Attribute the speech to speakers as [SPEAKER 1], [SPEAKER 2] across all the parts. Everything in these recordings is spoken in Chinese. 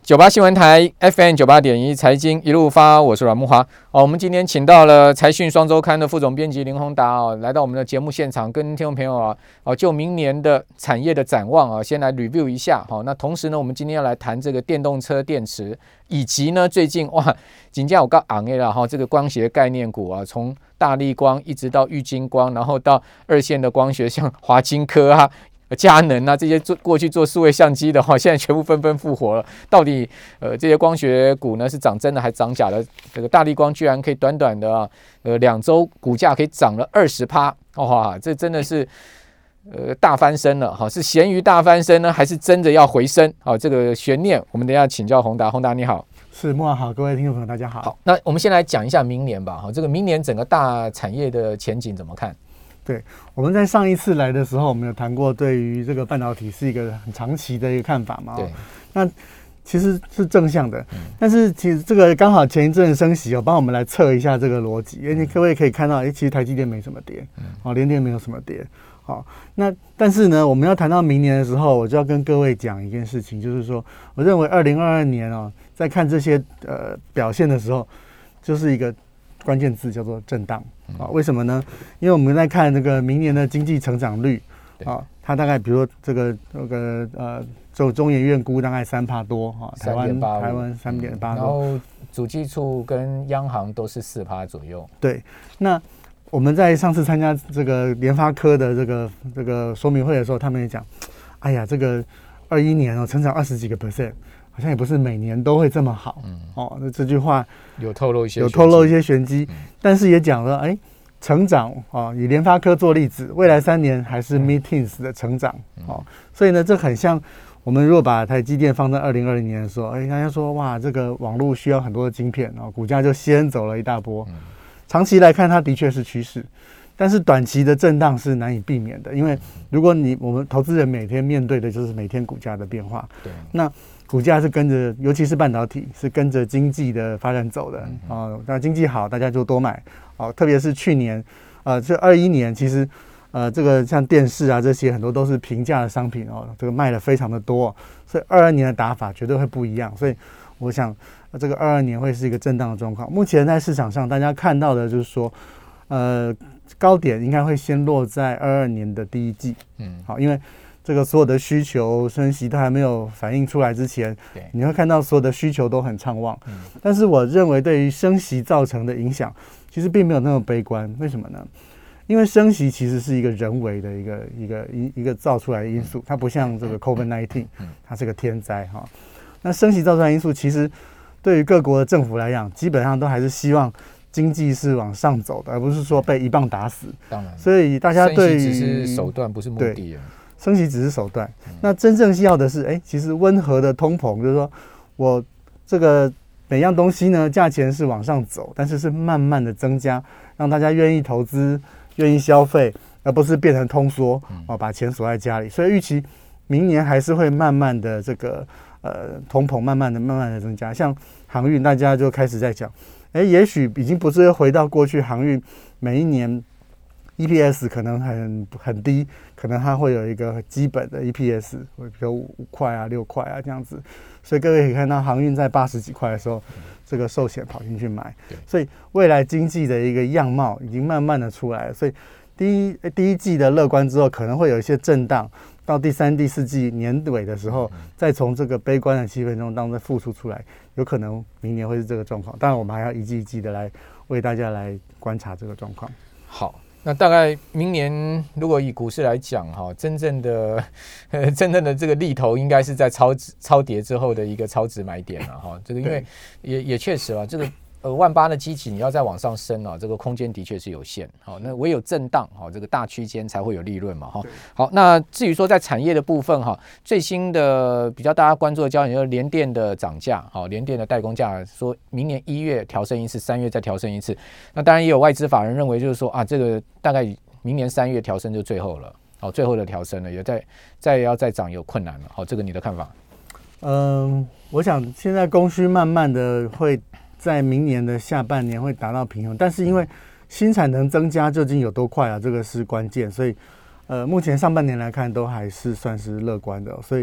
[SPEAKER 1] 98新闻台 FM 98.1财经一路发，我是阮慕骅。我们今天请到了财讯双周刊的副总编辑林宏达来到我们的节目现场，跟听众朋友就明年的产业的展望先来 review 一下。那同时呢，我们今天要来谈这个电动车电池，以及呢最近真的有够红的啦这个光学概念股从大立光一直到玉晶光，然后到二线的光学，像华晶科佳能这些过去做数位相机的现在全部纷纷复活了。到底这些光学股呢是涨真的还涨假的？这个大立光居然可以短短的2周股价可以涨了20%，哇，这真的是大翻身了是咸鱼大翻身呢，还是真的要回升？这个悬念我们等一下请教宏达。宏达你好。
[SPEAKER 2] 是，慕骅好，各位听众朋友大家好。
[SPEAKER 1] 好，那我们先来讲一下明年吧。这个明年整个大产业的前景怎么看？
[SPEAKER 2] 对，我们在上一次来的时候，我们有谈过对于这个半导体是一个很长期的一个看法嘛。
[SPEAKER 1] 对，
[SPEAKER 2] 那其实是正向的，但是其实这个刚好前一阵升息帮我们来测一下这个逻辑。因为各位可以看到，其实台积电没什么跌，联电没有什么跌。好，那但是呢，我们要谈到明年的时候，我就要跟各位讲一件事情，就是说，我认为2022年在看这些表现的时候，就是一个关键字叫做震荡为什么呢？因为我们在看这个明年的经济成长率它大概比如说这个中研院估大概3%多台湾3.8%，
[SPEAKER 1] 然后主计处跟央行都是4%左右。
[SPEAKER 2] 对，那我们在上次参加这个联发科的这个说明会的时候，他们也讲，哎呀，这个21年成长20几个%。好像也不是每年都会这么好，那这句话
[SPEAKER 1] 有透露一
[SPEAKER 2] 些玄机，但是也讲了，成长以联发科做例子，未来3年还是 mid-teens 的成长，所以呢，这很像我们如果把台积电放在2020年的时候，大家说哇，这个网络需要很多的晶片，股价就先走了一大波，长期来看它的确是趋势。但是短期的震荡是难以避免的，因为如果我们投资人每天面对的就是每天股价的变化，对，那股价是跟着，尤其是半导体是跟着经济的发展走的那经济好，大家就多买特别是去年这21年，其实这个像电视这些很多都是平价的商品这个卖的非常的多，所以22年的打法绝对会不一样。所以我想这个22年会是一个震荡的状况。目前在市场上大家看到的就是说高点应该会先落在22年的第一季，好，因为这个所有的需求升息它还没有反映出来之前，你会看到所有的需求都很畅旺，但是我认为对于升息造成的影响其实并没有那么悲观。为什么呢？因为升息其实是一个人为的一个造出来的因素，它不像这个 COVID-19 它是个天灾那升息造出来的因素其实对于各国的政府来讲，基本上都还是希望经济是往上走的，而不是说被一棒打死。
[SPEAKER 1] 当然，
[SPEAKER 2] 所以大家对于
[SPEAKER 1] 升息只是手段，不是目的。
[SPEAKER 2] 升息只是手段，那真正要的是，其实温和的通膨，就是说我这个每样东西呢，价钱是往上走，但是是慢慢的增加，让大家愿意投资、愿意消费，而不是变成通缩把钱锁在家里。所以预期明年还是会慢慢的这个通膨慢慢的增加。像航运，大家就开始在讲，也许已经不是回到过去航运每一年EPS 可能很低，可能它会有一个基本的 EPS， 比如5块6块这样子。所以各位可以看到航运在80几块的时候，这个寿险跑进去买，所以未来经济的一个样貌已经慢慢的出来了。所以第一季的乐观之后，可能会有一些震荡，到第3、第4季年尾的时候，再从这个悲观的气氛中当中复出出来，有可能明年会是这个状况。当然，我们还要一季一季的来为大家来观察这个状况。
[SPEAKER 1] 好。那大概明年如果以股市来讲真正的这个利头应该是在超跌之后的一个超值买点了这个因为也确实这个18000的基期你要再往上升这个空间的确是有限那唯有震荡这个大区间才会有利润嘛好，那至于说在产业的部分最新的比较大家关注的焦点就是联电的涨价联电的代工价说明年1月调升一次，3月再调升一次。那当然也有外资法人认为就是说这个大概明年3月调升就最后了最后的调升了，也要再涨有困难了这个你的看法？
[SPEAKER 2] 我想现在供需慢慢的会在明年的下半年会达到平衡，但是因为新产能增加究竟有多快这个是关键，所以目前上半年来看都还是算是乐观的，所以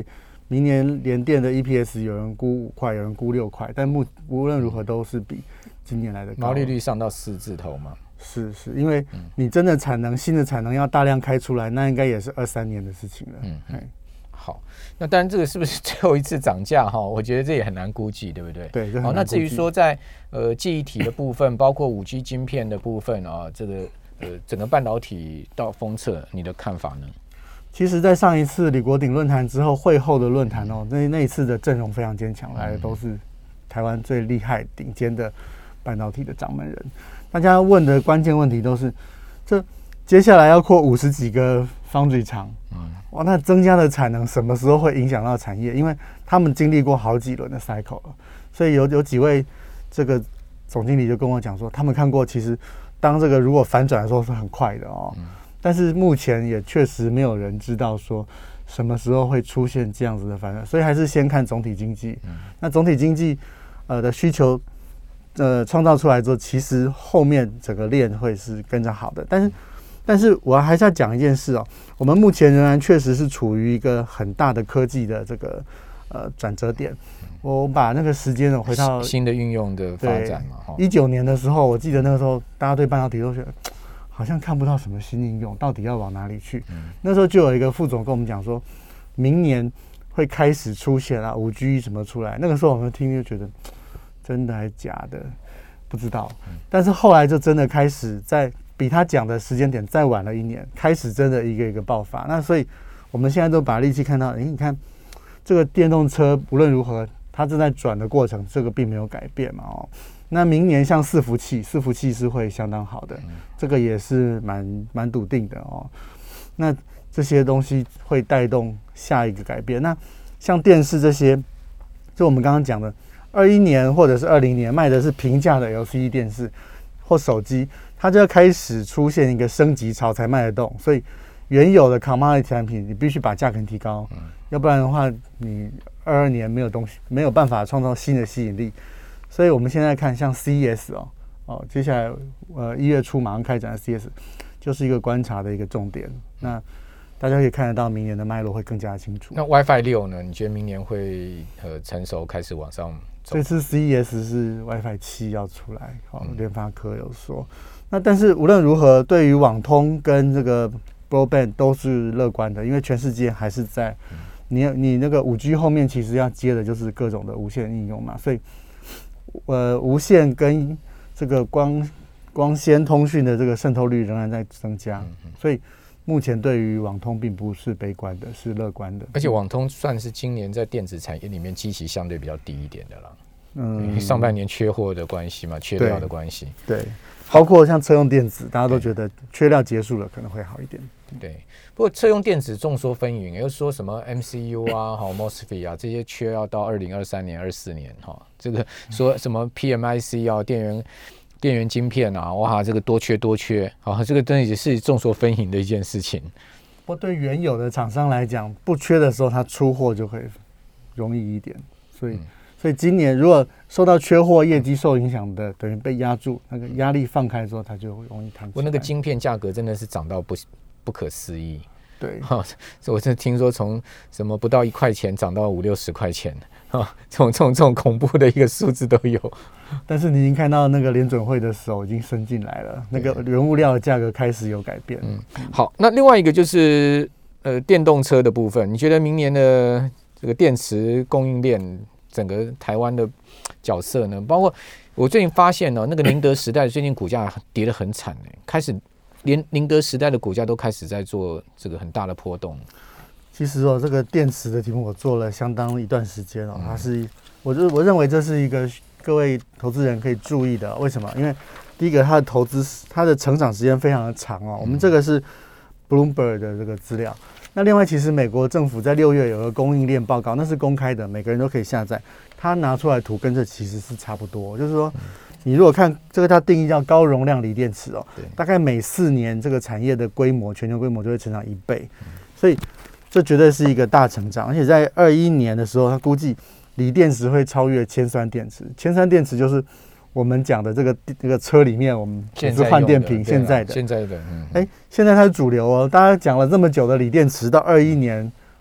[SPEAKER 2] 明年联电的 EPS 有人估5块，有人估6块，但无论如何都是比今年来的高，
[SPEAKER 1] 毛利率上到4字头嘛。
[SPEAKER 2] 是，因为你真的新的产能要大量开出来，那应该也是23年的事情了。
[SPEAKER 1] 好，那当然这个是不是最后一次涨价哈？我觉得这也很难估计，对不对？
[SPEAKER 2] 对。
[SPEAKER 1] 好，那至于说在记忆体的部分，包括5G 晶片的部分啊，这个整个半导体到封测，你的看法呢？
[SPEAKER 2] 其实，在上一次李国鼎论坛之后，会后的论坛哦，那一次的阵容非常坚强，来的都是台湾最厉害、顶尖的半导体的掌门人。大家问的关键问题都是，这接下来要扩50几个foundry厂，哇，那增加的产能什么时候会影响到产业？因为他们经历过好几轮的 cycle 了，所以有几位这个总经理就跟我讲说，他们看过，其实当这个如果反转的时候是很快的哦。但是目前也确实没有人知道说什么时候会出现这样子的反转，所以还是先看总体经济。那总体经济的需求创造出来之后，其实后面整个链会是跟着好的。但是我还是要讲一件事哦，我们目前仍然确实是处于一个很大的科技的这个转折点。我把那个时间回到
[SPEAKER 1] 新的运用的发展嘛。
[SPEAKER 2] 19年的时候，我记得那个时候大家对半导体都觉得好像看不到什么新应用，到底要往哪里去？那时候就有一个副总跟我们讲说，明年会开始出现5G 什么出来。那个时候我们听就觉得真的还是假的，不知道。但是后来就真的开始在比他讲的时间点再晚了1年，开始真的一个一个爆发。那所以我们现在都把力气看到，你看这个电动车无论如何，它正在转的过程，这个并没有改变嘛那明年像伺服器是会相当好的，这个也是蛮笃定的那这些东西会带动下一个改变。那像电视这些，就我们刚刚讲的，21年或者是20年卖的是平价的 LCD 电视或手机，它就要开始出现一个升级潮才卖得动。所以原有的 commodity 产品，你必须把价格提高，要不然的话，你22年没有办法创造新的吸引力。所以我们现在看像 CES 接下来1月初马上开展的 CES 就是一个观察的一个重点。那大家可以看得到明年的脉络会更加清楚。
[SPEAKER 1] 那 WiFi 6呢？你觉得明年会成熟开始往上走？
[SPEAKER 2] 这次 CES 是 WiFi 7要出来，联发科有说。那但是无论如何，对于网通跟这个 Broadband 都是乐观的，因为全世界还是在你那个5G 后面其实要接的就是各种的无线应用嘛，所以无线跟这个光纤通讯的这个渗透率仍然在增加，所以目前对于网通并不是悲观的，是乐观的。
[SPEAKER 1] 而且网通算是今年在电子产业里面基期相对比较低一点的啦。上半年缺货的关系嘛，缺料的关系。
[SPEAKER 2] 对，包括像车用电子，大家都觉得缺料结束了，可能会好一点。
[SPEAKER 1] 对，不过车用电子众说纷纭，又说什么 MCU MOSFET 这些缺要到2023年、24年这个说什么 PMIC 电源晶片哇，这个多缺，这个真的也是众说纷纭的一件事情。
[SPEAKER 2] 不过对原有的厂商来讲，不缺的时候，它出货就会容易一点，所以今年如果受到缺货、业绩受影响的，等于被压住，那个压力放开之后，它就容易弹起来。
[SPEAKER 1] 那个晶片价格真的是涨到不可思议。
[SPEAKER 2] 对，
[SPEAKER 1] 我真的听说从什么不到1块钱涨到50-60块钱，这种恐怖的一个数字都有。
[SPEAKER 2] 但是你已经看到那个联准会的手已经伸进来了，那个原物料的价格开始有改变。
[SPEAKER 1] 好，那另外一个就是电动车的部分，你觉得明年的这个电池供应链整个台湾的角色呢？包括我最近发现那个宁德时代最近股价跌得很惨开始连宁德时代的股价都开始在做这个很大的波动。
[SPEAKER 2] 其实这个电池的题目我做了相当一段时间它是我认为这是一个各位投资人可以注意的。为什么？因为第一个它的投资它的成长时间非常的长我们这个是 Bloomberg 的这个资料。那另外其实美国政府在6月有个供应链报告，那是公开的，每个人都可以下载，它拿出来图跟这其实是差不多，就是说你如果看这个，它定义叫高容量锂电池大概每4年这个产业的规模，全球规模就会成长1倍，所以这绝对是一个大成长。而且在21年的时候，它估计锂电池会超越铅酸电池。铅酸电池就是我们讲的这个车里面我们只是换电瓶，现在的
[SPEAKER 1] 现在的
[SPEAKER 2] 现在它是主流大家讲了这么久的锂电池，到21年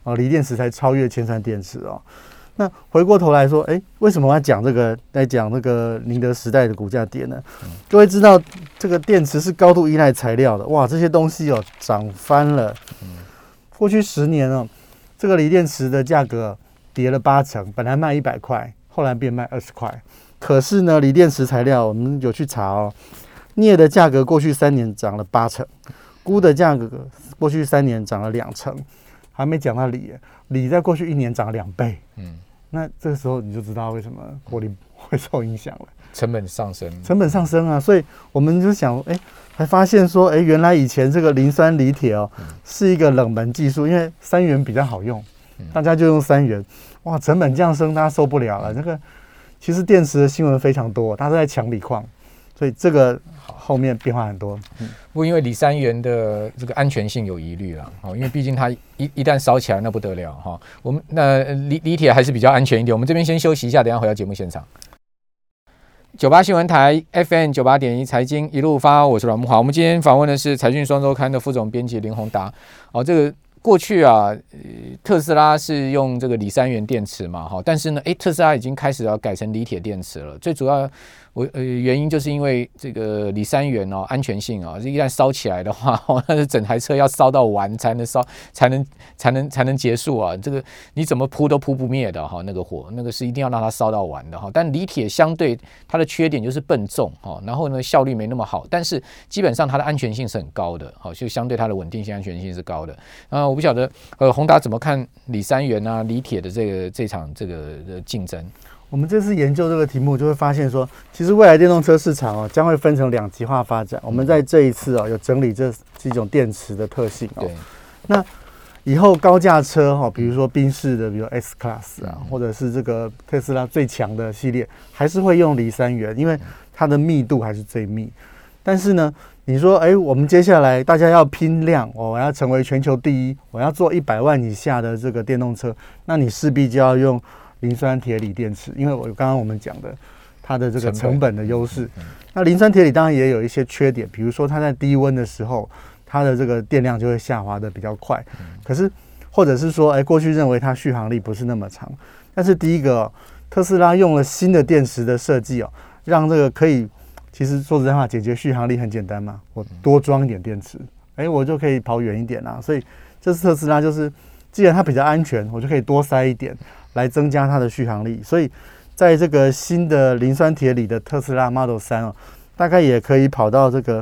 [SPEAKER 2] 锂电池才超越铅酸电池哦。那回过头来说，为什么我要讲这个？来讲这个宁德时代的股价跌呢？各位知道这个电池是高度依赖材料的，哇，这些东西涨翻了。过去10年这个锂电池的价格跌了80%，本来卖100块，后来变卖20块。可是呢，锂电池材料我们有去查镍的价格过去3年涨了80%，钴的价格过去3年涨了2%，还没讲到锂在过去1年涨了2倍。那这个时候你就知道为什么获利会受影响了，
[SPEAKER 1] 成本上升
[SPEAKER 2] 啊，所以我们就想，才发现说，原来以前这个磷酸锂铁是一个冷门技术，因为3元比较好用，大家就用3元，哇，成本降升，大家受不了了。这个其实电池的新闻非常多，它是在抢锂矿，所以这个后面变化很多。
[SPEAKER 1] 不过因为锂3元的这个安全性有疑虑啦，因为毕竟它一旦烧起来那不得了哈。我们那锂铁还是比较安全一点。我们这边先休息一下，等一下回到节目现场。98新闻台 FM 98.1财经一路发，我是阮慕骅。我们今天访问的是财讯双周刊的副总编辑林宏达。这个过去特斯拉是用这个锂3元电池嘛，但是呢，特斯拉已经开始要改成锂铁电池了。最主要原因就是因为这个锂3元安全性一旦烧起来的话，那是整台车要烧到完才能结束啊。这个你怎么扑都扑不灭的那个火，那个是一定要让它烧到完的但锂铁相对它的缺点就是笨重然后呢效率没那么好，但是基本上它的安全性是很高的就相对它的稳定性、安全性是高的。我不晓得宏达怎么看锂3元锂铁的这场这个竞争。
[SPEAKER 2] 我们这次研究这个题目，就会发现说，其实未来电动车市场将会分成2极化发展。我们在这一次有整理这几种电池的特性那以后高价车比如说宾士的，比如 S Class 或者是这个特斯拉最强的系列，还是会用锂3元，因为它的密度还是最密。但是呢，你说我们接下来大家要拼量我要成为全球第一，我要做100万以下的这个电动车，那你势必就要用磷酸铁锂电池，因为刚刚我们讲的它的这个成本的优势。那磷酸铁锂当然也有一些缺点，比如说它在低温的时候，它的这个电量就会下滑的比较快。可是或者是说，过去认为它续航力不是那么长。但是第一个，特斯拉用了新的电池的设计让这个可以，其实说实在话，解决续航力很简单嘛，我多装一点电池，我就可以跑远一点啦。所以这次特斯拉就是，既然它比较安全，我就可以多塞一点，来增加它的续航力。所以在这个新的磷酸铁锂的特斯拉 Model 3大概也可以跑到这个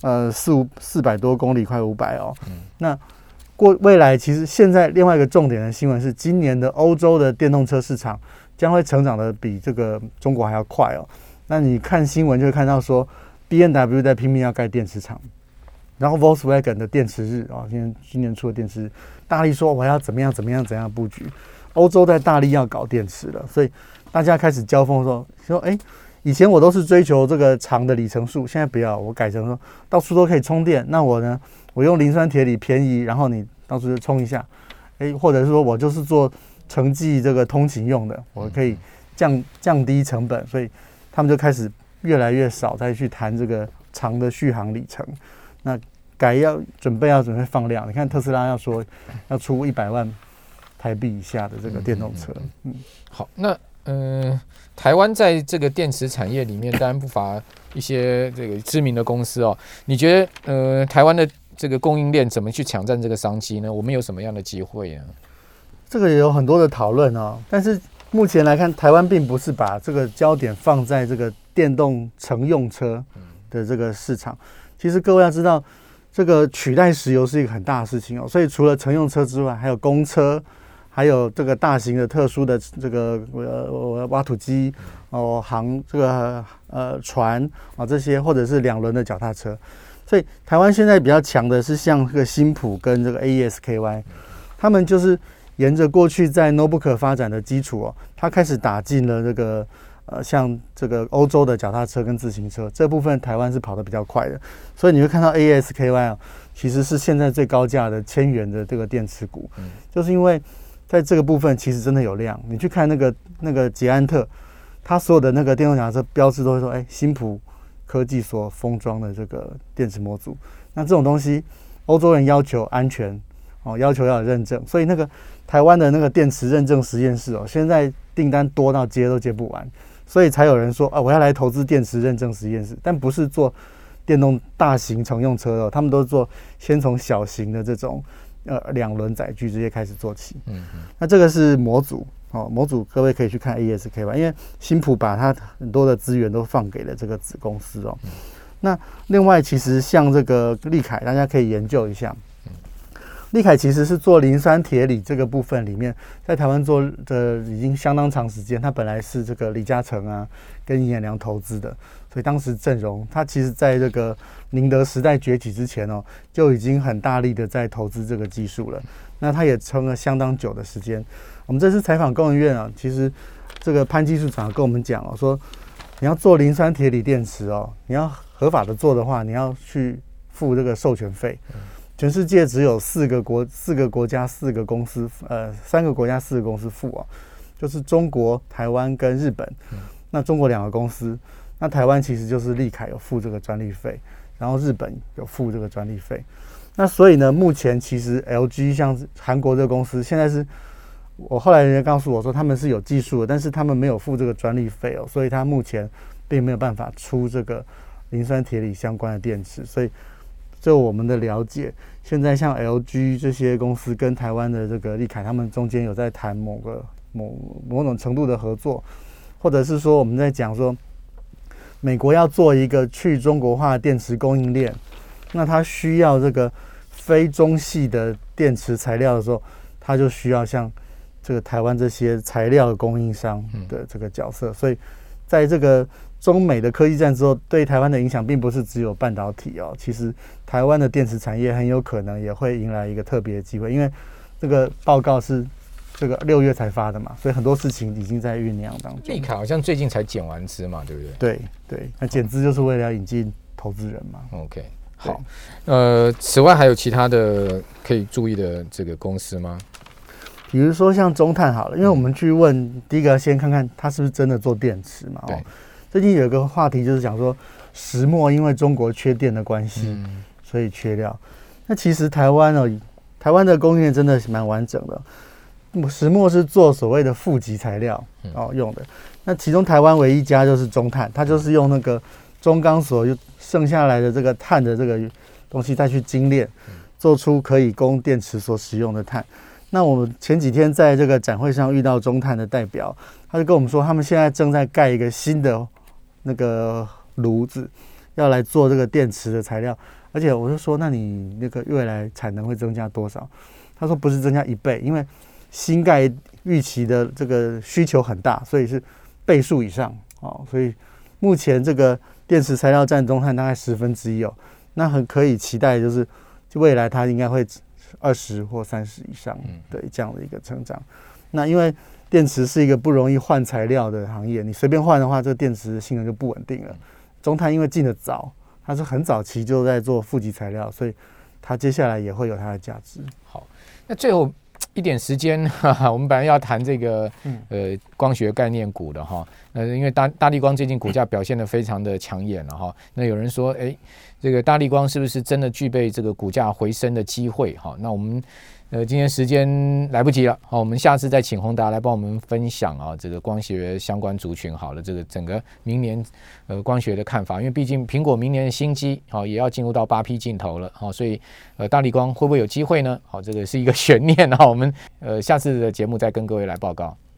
[SPEAKER 2] 400多公里，快500那未来其实现在另外一个重点的新闻是，今年的欧洲的电动车市场将会成长的比这个中国还要快那你看新闻就会看到说 ，BMW 在拼命要盖电池厂，然后 Volkswagen 的电池日今年出的电池日，大力说我要怎么样布局。欧洲在大力要搞电池了，所以大家开始交锋的时候说，以前我都是追求这个长的里程数，现在不要，我改成说到处都可以充电。那我呢，我用磷酸铁锂便宜，然后你到处就充一下，或者是说我就是做城际这个通勤用的，我可以降低成本，所以他们就开始越来越少再去谈这个长的续航里程。那准备放量，你看特斯拉要说要出100万台币以下的这个电动车。
[SPEAKER 1] 好，那台湾在这个电池产业里面，当然不乏一些这个知名的公司你觉得台湾的这个供应链怎么去抢占这个商机呢？我们有什么样的机会呢？
[SPEAKER 2] 这个也有很多的讨论但是目前来看，台湾并不是把这个焦点放在这个电动乘用车的这个市场。其实各位要知道，这个取代石油是一个很大的事情所以除了乘用车之外，还有公车，还有这个大型的特殊的这个挖土机这个船这些，或者是2轮的脚踏车。所以台湾现在比较强的是像这个新普跟这个 AES-KY， 他们就是沿着过去在 Notebook 发展的基础它开始打进了这个像这个欧洲的脚踏车跟自行车这部分，台湾是跑得比较快的。所以你会看到 AES-KY其实是现在最高价的1000元的这个电池股，就是因为在这个部分其实真的有量。你去看那个捷安特，它所有的那个电动脚踏车标志都会说，新普科技所封装的这个电池模组。那这种东西，欧洲人要求安全， 要求要有认证，所以那个台湾的那个电池认证实验室现在订单多到接都接不完，所以才有人说我要来投资电池认证实验室，但不是做电动大型乘用车他们都做先从小型的这种2轮载具直接开始做起。那这个是模组模组各位可以去看 AES-K 吧，因为新普把它很多的资源都放给了这个子公司那另外其实像这个立凯，大家可以研究一下。立凯其实是做磷酸铁锂这个部分里面，在台湾做的已经相当长时间。他本来是这个李嘉诚跟尹衍梁投资的，所以当时阵容他其实在这个宁德时代崛起之前就已经很大力的在投资这个技术了。那他也撑了相当久的时间。我们这次采访工研院其实这个潘技术长跟我们讲说，你要做磷酸铁锂电池你要合法的做的话，你要去付这个授权费。全世界只有4个国家4个公司3个国家4个公司付就是中国、台湾跟日本。那中国2个公司，那台湾其实就是立凯有付这个专利费，然后日本有付这个专利费。那所以呢，目前其实 LG 像韩国这个公司，现在是我后来人家告诉我说他们是有技术的，但是他们没有付这个专利费所以他目前并没有办法出这个磷酸铁锂相关的电池。所以就我们的了解，现在像 LG 这些公司跟台湾的这个立凯，他们中间有在谈某种程度的合作，或者是说我们在讲说，美国要做一个去中国化的电池供应链，那它需要这个非中系的电池材料的时候，它就需要像这个台湾这些材料的供应商的这个角色。所以在这个中美的科技战之后，对台湾的影响并不是只有半导体其实台湾的电池产业很有可能也会迎来一个特别的机会，因为这个报告是这个6月才发的嘛，所以很多事情已经在酝酿当中。
[SPEAKER 1] 立凯好像最近才减完资嘛，对不对？
[SPEAKER 2] 对，那减资就是为了要引进投资人嘛。
[SPEAKER 1] OK， 好，此外还有其他的可以注意的这个公司吗？
[SPEAKER 2] 比如说像中碳好了，因为我们去问第一个先看看它是不是真的做电池嘛。
[SPEAKER 1] 对。
[SPEAKER 2] 最近有一个话题就是讲说，石墨因为中国缺电的关系，所以缺料。那其实台湾的供应链真的是蛮完整的。石墨是做所谓的负极材料用的。那其中台湾唯一一家就是中碳，它就是用那个中钢所剩下来的这个碳的这个东西再去精炼，做出可以供电池所使用的碳。那我们前几天在这个展会上遇到中碳的代表，他就跟我们说，他们现在正在盖一个新的那个炉子，要来做这个电池的材料。而且我就说，那你那个未来产能会增加多少？他说不是增加1倍，因为新盖预期的这个需求很大，所以是倍数以上所以目前这个电池材料占中碳大概1/10那很可以期待，就是未来它应该会20或30以上的这样的一个成长。那因为电池是一个不容易换材料的行业，你随便换的话，这个电池的性能就不稳定了。中碳因为进得早，它是很早期就在做负极材料，所以它接下来也会有它的价值。
[SPEAKER 1] 好，那最后一点时间，我们本来要谈这个光学概念股的因为大立光最近股价表现得非常的抢眼了那有人说，这个大立光是不是真的具备这个股价回升的机会那我们今天时间来不及了我们下次再请宏达来帮我们分享这个光学相关族群好了，这个整个明年光学的看法，因为毕竟苹果明年的新机也要进入到8P 镜头了所以大立光会不会有机会呢？这个是一个悬念我们下次的节目再跟各位来报告。